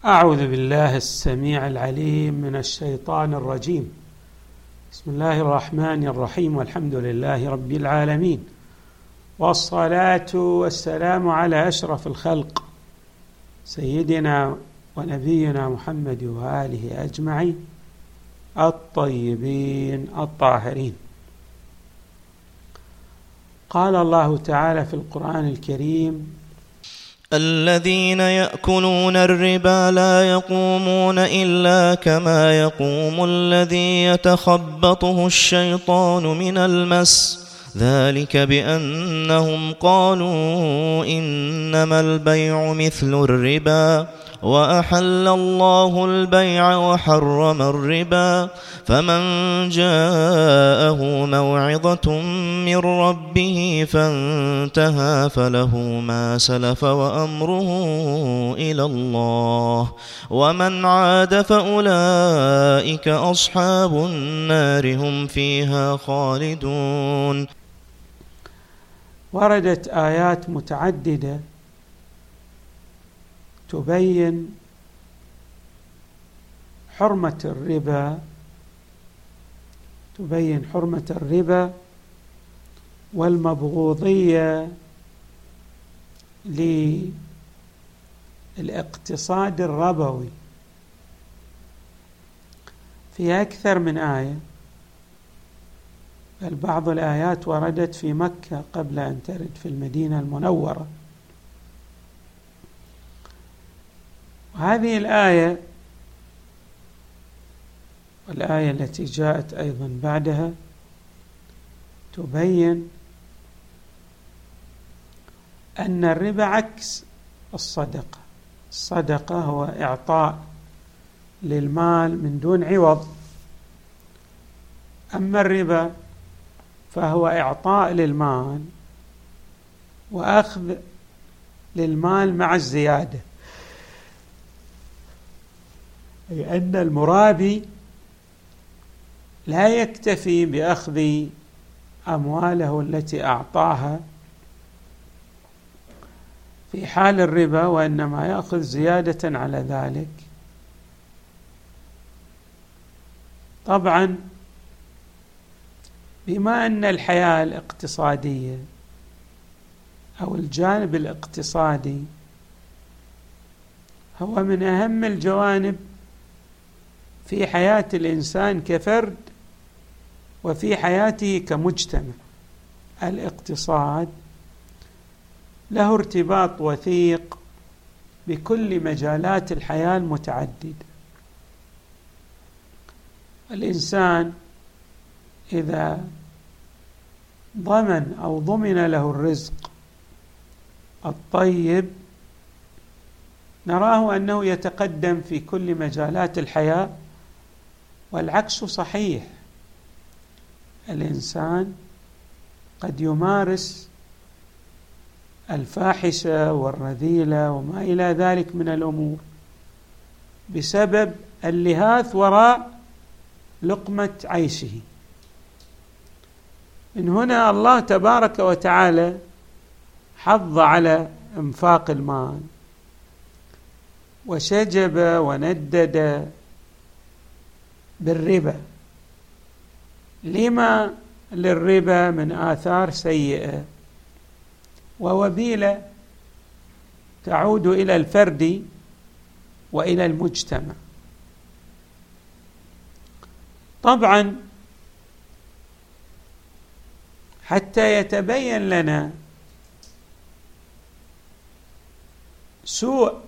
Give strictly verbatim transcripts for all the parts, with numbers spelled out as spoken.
أعوذ بالله السميع العليم من الشيطان الرجيم. بسم الله الرحمن الرحيم، والحمد لله رب العالمين، والصلاة والسلام على أشرف الخلق سيدنا ونبينا محمد وآله أجمعين الطيبين الطاهرين. قال الله تعالى في القرآن الكريم: الذين يأكلون الربا لا يقومون إلا كما يقوم الذي يتخبطه الشيطان من المس، ذلك بأنهم قالوا إنما البيع مثل الربا وأحل الله البيع وحرم الربا، فمن جاءه موعظة من ربه فانتهى فله ما سلف وأمره إلى الله، ومن عاد فأولئك أصحاب النار هم فيها خالدون. وردت آيات متعددة تبين حرمة الربا تبين حرمة الربا والمبغوضية للاقتصاد الربوي في أكثر من آية، بل بعض الآيات وردت في مكة قبل أن ترد في المدينة المنورة. وهذه الآية والآية التي جاءت أيضا بعدها تبين أن الربا عكس الصدقة. الصدقة هو إعطاء للمال من دون عوض، أما الربا فهو إعطاء للمال وأخذ للمال مع الزيادة، أي أن المرابي لا يكتفي بأخذ أمواله التي أعطاها في حال الربا، وإنما يأخذ زيادة على ذلك. طبعا بما أن الحياة الاقتصادية أو الجانب الاقتصادي هو من أهم الجوانب في حياة الإنسان كفرد وفي حياته كمجتمع، الاقتصاد له ارتباط وثيق بكل مجالات الحياة المتعددة. الإنسان إذا ضمن أو ضمن له الرزق الطيب نراه أنه يتقدم في كل مجالات الحياة، والعكس صحيح. الإنسان قد يمارس الفاحشة والرذيلة وما إلى ذلك من الأمور بسبب اللهاث وراء لقمة عيشه. من هنا الله تبارك وتعالى حض على إنفاق المال وشجب وندد بالربا، لما للربا من آثار سيئة ووبيلة تعود إلى الفرد وإلى المجتمع. طبعا حتى يتبين لنا سوء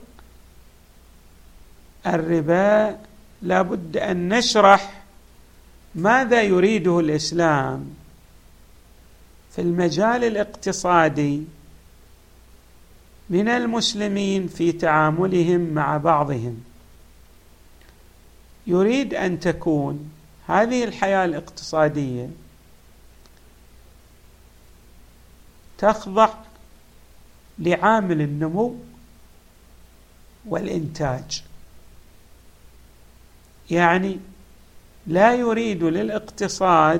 الربا لابد أن نشرح ماذا يريده الإسلام في المجال الاقتصادي من المسلمين في تعاملهم مع بعضهم. يريد أن تكون هذه الحياة الاقتصادية تخضع لعامل النمو والإنتاج، يعني لا يريد للاقتصاد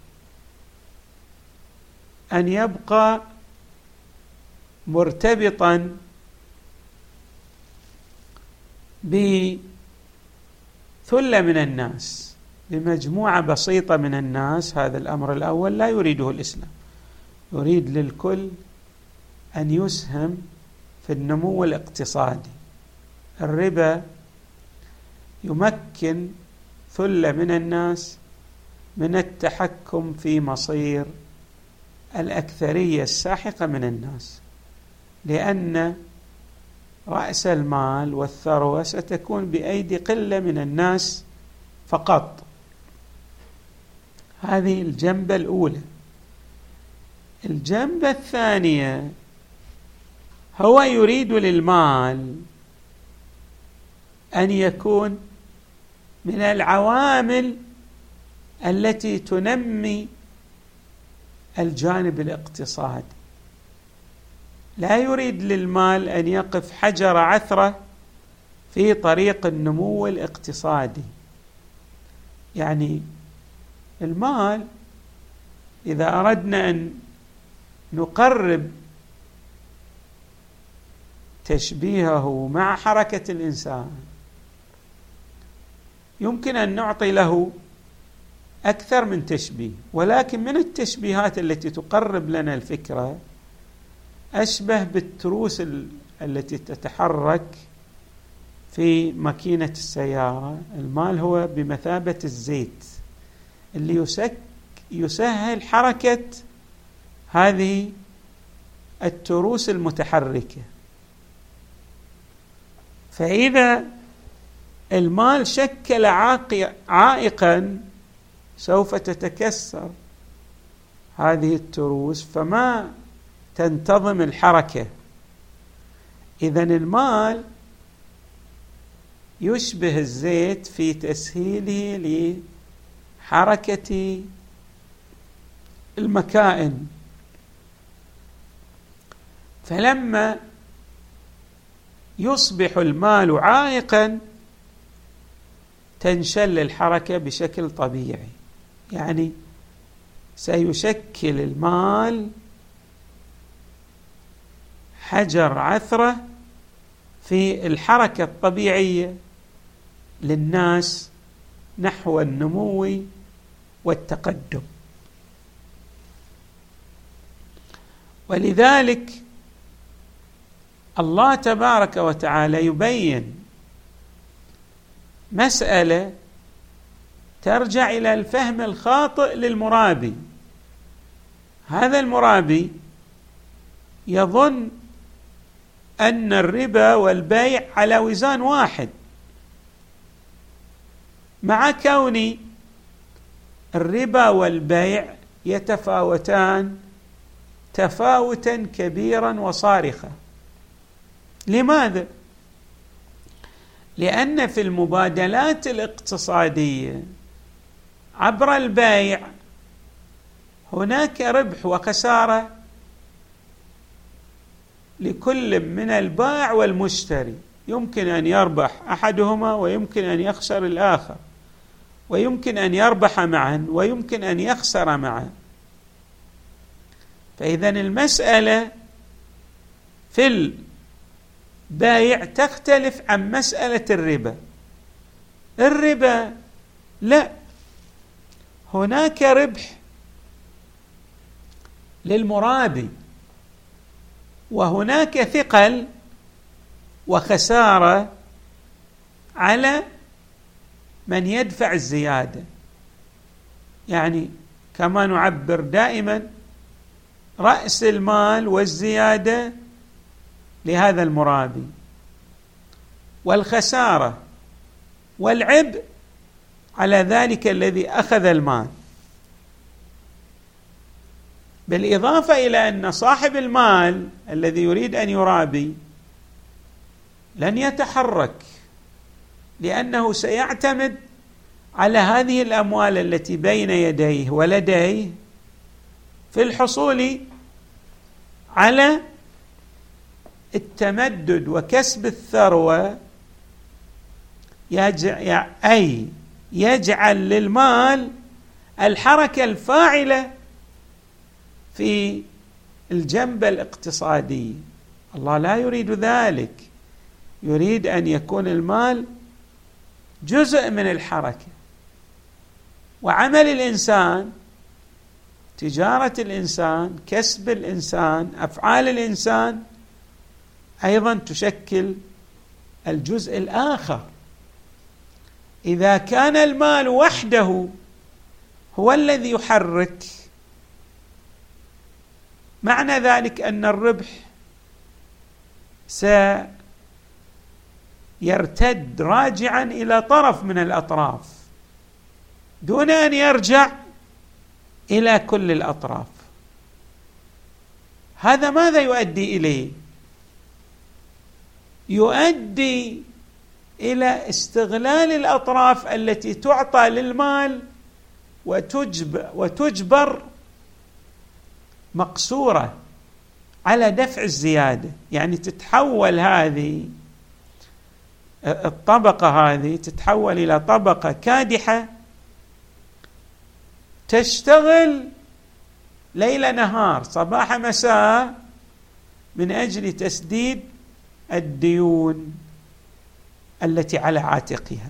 أن يبقى مرتبطا بثلة من الناس، بمجموعة بسيطة من الناس، هذا الأمر الأول لا يريده الإسلام. يريد للكل أن يسهم في النمو الاقتصادي. الربا يمكن ثلة من الناس من التحكم في مصير الأكثرية الساحقة من الناس، لأن رأس المال والثروة ستكون بأيدي قلة من الناس فقط. هذه الجنبة الأولى. الجنبة الثانية، هو يريد للمال أن يكون من العوامل التي تنمي الجانب الاقتصادي. لا يريد للمال أن يقف حجر عثرة في طريق النمو الاقتصادي. يعني المال إذا أردنا أن نقرب تشبيهه مع حركة الإنسان، يمكن أن نعطي له أكثر من تشبيه، ولكن من التشبيهات التي تقرب لنا الفكرة أشبه بالتروس التي تتحرك في ماكينة السيارة. المال هو بمثابة الزيت اللي يسك يسهل حركة هذه التروس المتحركة. فإذا المال شكل عائقا سوف تتكسر هذه التروس، فما تنتظم الحركة. إذن المال يشبه الزيت في تسهيله لحركة المكائن. فلما يصبح المال عائقا تنشل الحركة بشكل طبيعي. يعني سيشكل المال حجر عثرة في الحركة الطبيعية للناس نحو النمو والتقدم. ولذلك الله تبارك وتعالى يبين مسألة ترجع إلى الفهم الخاطئ للمرابي. هذا المرابي يظن أن الربا والبيع على وزان واحد، مع كون الربا والبيع يتفاوتان تفاوتا كبيرا وصارخا. لماذا؟ لأن في المبادلات الاقتصادية عبر البيع هناك ربح وخسارة لكل من البائع والمشتري. يمكن أن يربح أحدهما ويمكن أن يخسر الآخر، ويمكن أن يربح معا ويمكن أن يخسر معا. فإذن المسألة في البيع تختلف عن مسألة الربا. الربا لا، هناك ربح للمرابي وهناك ثقل وخسارة على من يدفع الزيادة. يعني كما نعبر دائما رأس المال والزيادة لهذا المرابي، والخسارة والعبء على ذلك الذي أخذ المال. بالإضافة إلى أن صاحب المال الذي يريد أن يرابي لن يتحرك، لأنه سيعتمد على هذه الأموال التي بين يديه ولديه في الحصول على التمدد وكسب الثروة، أي يجعل للمال الحركة الفاعلة في الجنب الاقتصادي. الله لا يريد ذلك، يريد أن يكون المال جزء من الحركة، وعمل الإنسان، تجارة الإنسان، كسب الإنسان، أفعال الإنسان أيضا تشكل الجزء الآخر. إذا كان المال وحده هو الذي يحرك، معنى ذلك أن الربح سيرتد راجعا إلى طرف من الأطراف دون أن يرجع إلى كل الأطراف. هذا ماذا يؤدي إليه؟ يؤدي إلى استغلال الأطراف التي تعطى للمال وتجبر, وتجبر مقصورة على دفع الزيادة. يعني تتحول هذه الطبقة هذه تتحول إلى طبقة كادحة تشتغل ليل نهار صباح مساء من أجل تسديد الديون التي على عاتقها.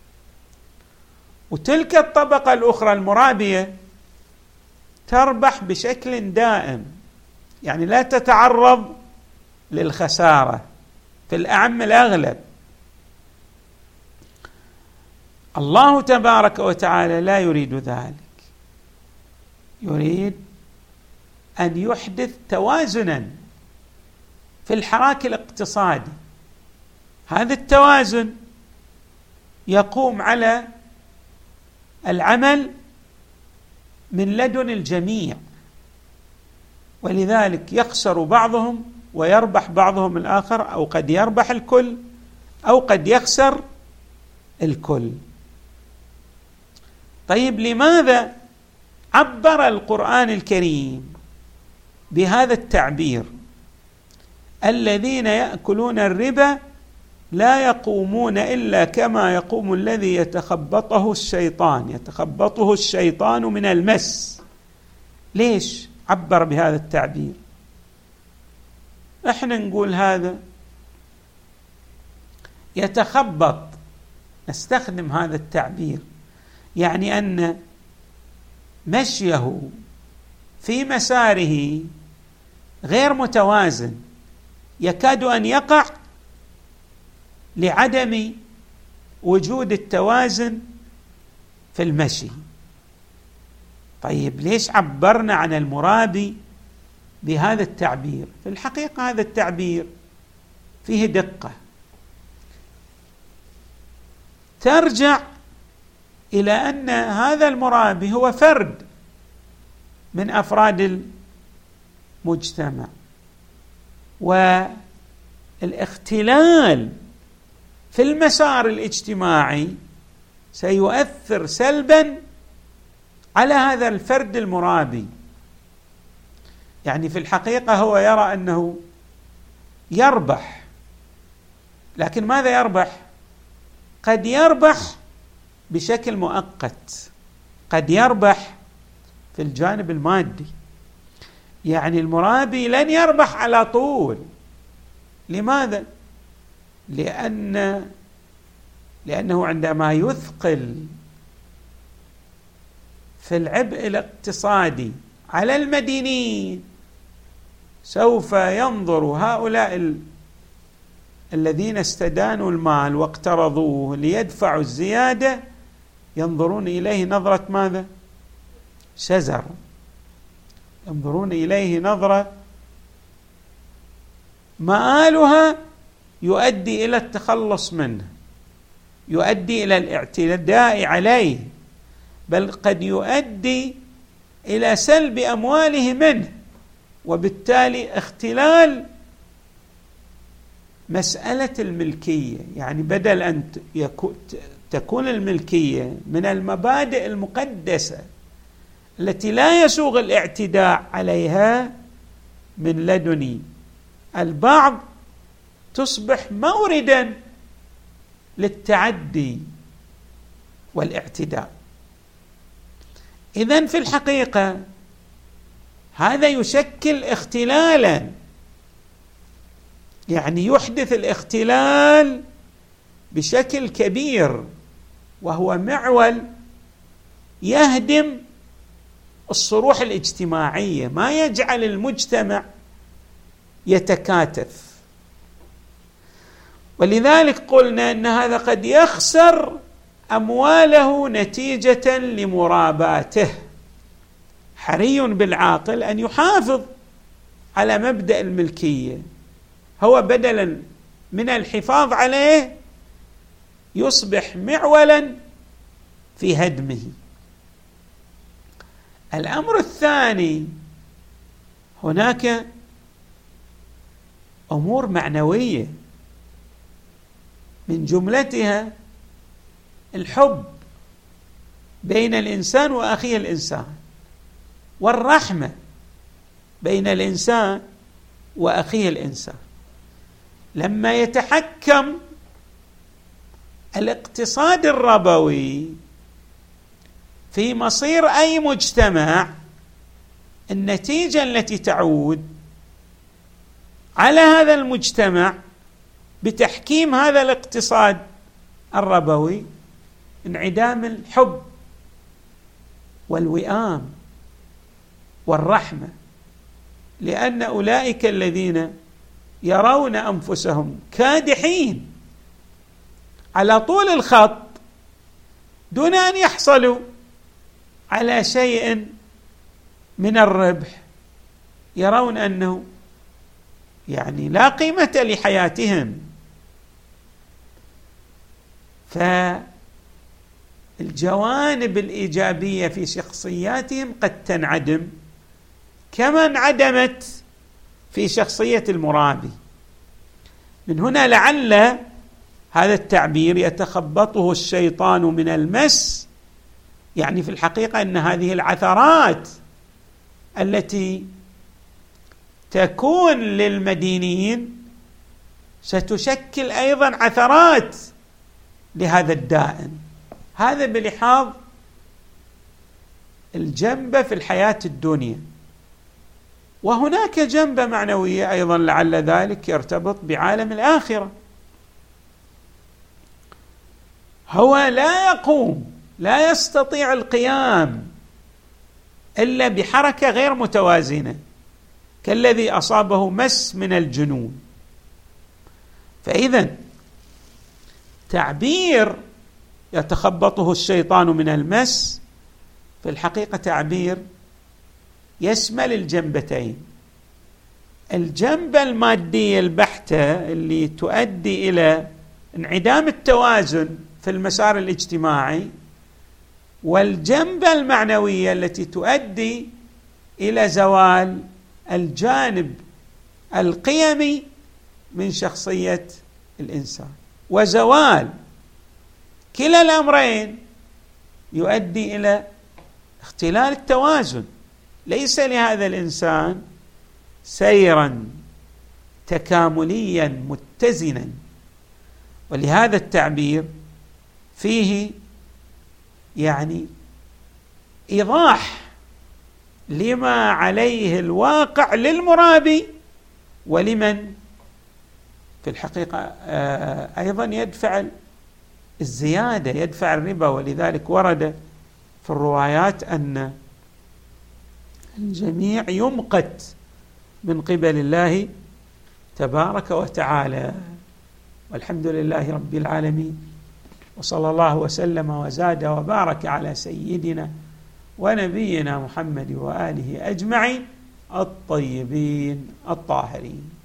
وتلك الطبقة الأخرى المرابية تربح بشكل دائم، يعني لا تتعرض للخسارة في الأعم الأغلب. الله تبارك وتعالى لا يريد ذلك، يريد أن يحدث توازنا في الحراك الاقتصادي. هذا التوازن يقوم على العمل من لدن الجميع، ولذلك يخسر بعضهم ويربح بعضهم الآخر، أو قد يربح الكل أو قد يخسر الكل. طيب، لماذا عبر القرآن الكريم بهذا التعبير؟ الذين يأكلون الربا لا يقومون إلا كما يقوم الذي يتخبطه الشيطان يتخبطه الشيطان من المس. ليش عبر بهذا التعبير؟ احنا نقول هذا يتخبط، نستخدم هذا التعبير، يعني أن مشيه في مساره غير متوازن، يكاد أن يقع لعدم وجود التوازن في المشي. طيب، ليش عبرنا عن المرابي بهذا التعبير؟ في الحقيقة هذا التعبير فيه دقة ترجع إلى أن هذا المرابي هو فرد من أفراد المجتمع، والاختلال في المسار الاجتماعي سيؤثر سلبا على هذا الفرد المرابي. يعني في الحقيقة هو يرى أنه يربح، لكن ماذا يربح؟ قد يربح بشكل مؤقت، قد يربح في الجانب المادي. يعني المرابي لن يربح على طول. لماذا؟ لأن لأنه عندما يثقل في العبء الاقتصادي على المدينين سوف ينظر هؤلاء ال... الذين استدانوا المال واقترضوه ليدفعوا الزيادة، ينظرون إليه نظرة ماذا؟ شزر، ينظرون إليه نظرة مآلها يؤدي إلى التخلص منه، يؤدي إلى الاعتداء عليه، بل قد يؤدي إلى سلب أمواله منه، وبالتالي اختلال مسألة الملكية. يعني بدل أن تكون الملكية من المبادئ المقدسة التي لا يسوغ الاعتداء عليها من لدن البعض، تصبح موردا للتعدي والاعتداء. إذن في الحقيقة هذا يشكل اختلالا يعني يحدث الاختلال بشكل كبير، وهو معول يهدم الصروح الاجتماعية، ما يجعل المجتمع يتكاتف. ولذلك قلنا أن هذا قد يخسر أمواله نتيجة لمراباته. حري بالعاقل أن يحافظ على مبدأ الملكية، هو بدلا من الحفاظ عليه يصبح معولا في هدمه. الأمر الثاني، هناك أمور معنوية من جملتها الحب بين الإنسان وأخيه الإنسان، والرحمة بين الإنسان وأخيه الإنسان. لما يتحكم الاقتصاد الربوي في مصير أي مجتمع، النتيجة التي تعود على هذا المجتمع بتحكيم هذا الاقتصاد الربوي انعدام الحب والوئام والرحمة، لأن أولئك الذين يرون أنفسهم كادحين على طول الخط دون أن يحصلوا على شيء من الربح، يرون أنه يعني لا قيمة لحياتهم. فالجوانب الإيجابية في شخصياتهم قد تنعدم كما انعدمت في شخصية المرابي. من هنا لعل هذا التعبير يتخبطه الشيطان من المس، يعني في الحقيقة أن هذه العثرات التي تكون للمدينين ستشكل أيضا عثرات لهذا الدائن. هذا بلحاظ الجنبة في الحياة الدنيا، وهناك جنبة معنوية أيضا لعل ذلك يرتبط بعالم الآخرة. هو لا يقوم، لا يستطيع القيام إلا بحركة غير متوازنة كالذي أصابه مس من الجنون. فإذا تعبير يتخبطه الشيطان من المس في الحقيقة تعبير يشمل الجنبتين، الجنبة المادية البحتة اللي تؤدي إلى انعدام التوازن في المسار الاجتماعي، والجنبة المعنوية التي تؤدي إلى زوال الجانب القيمي من شخصية الإنسان. وزوال كلا الأمرين يؤدي إلى اختلال التوازن، ليس لهذا الإنسان سيرا تكامليا متزنا. ولهذا التعبير فيه يعني إيضاح لما عليه الواقع للمرابي ولمن في الحقيقة أيضا يدفع الزيادة، يدفع الربا. ولذلك ورد في الروايات أن الجميع يمقت من قبل الله تبارك وتعالى. والحمد لله رب العالمين، وصلى الله وسلم وزاد وبارك على سيدنا ونبينا محمد وآله أجمعين الطيبين الطاهرين.